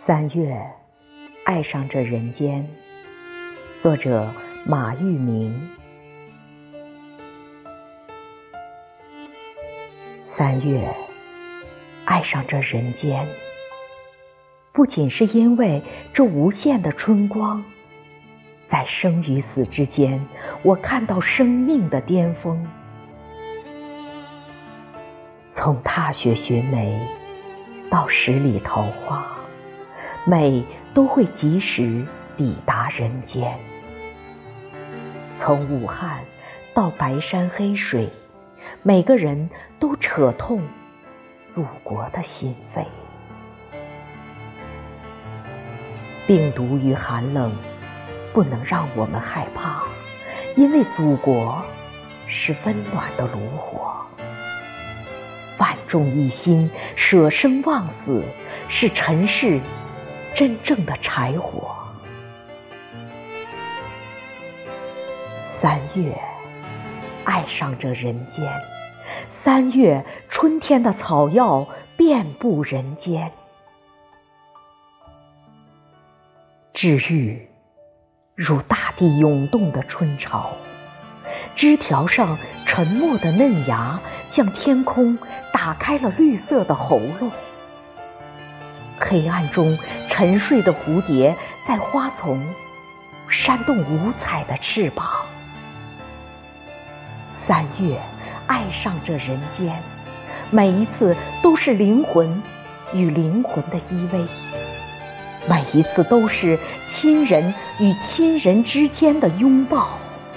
三月，爱上这人间。作者马玉明。三月，爱上这人间，不仅是因为这无限的春光，在生与死之间，我看到生命的巅峰。从踏雪寻梅到十里桃花，美都会及时抵达人间。从武汉到白山黑水，每个人都扯痛祖国的心扉。病毒与寒冷不能让我们害怕，因为祖国是温暖的炉火。万众一心，舍生忘死，是尘世真正的柴火。三月，爱上这人间。三月，春天的草药遍布人间。治愈如大地涌动的春潮，枝条上沉默的嫩芽向天空打开了绿色的喉咙。黑暗中沉睡的蝴蝶在花丛扇动五彩的翅膀。三月，爱上这人间，每一次都是灵魂与灵魂的依偎，每一次都是亲人与亲人之间的拥抱。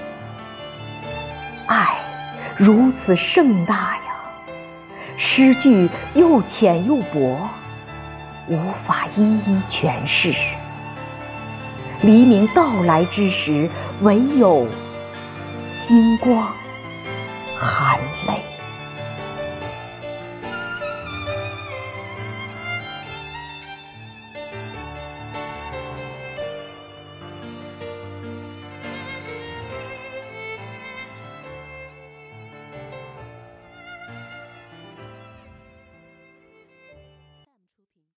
爱如此盛大呀，诗句又浅又薄，无法一一诠释。黎明到来之时，唯有星光含泪。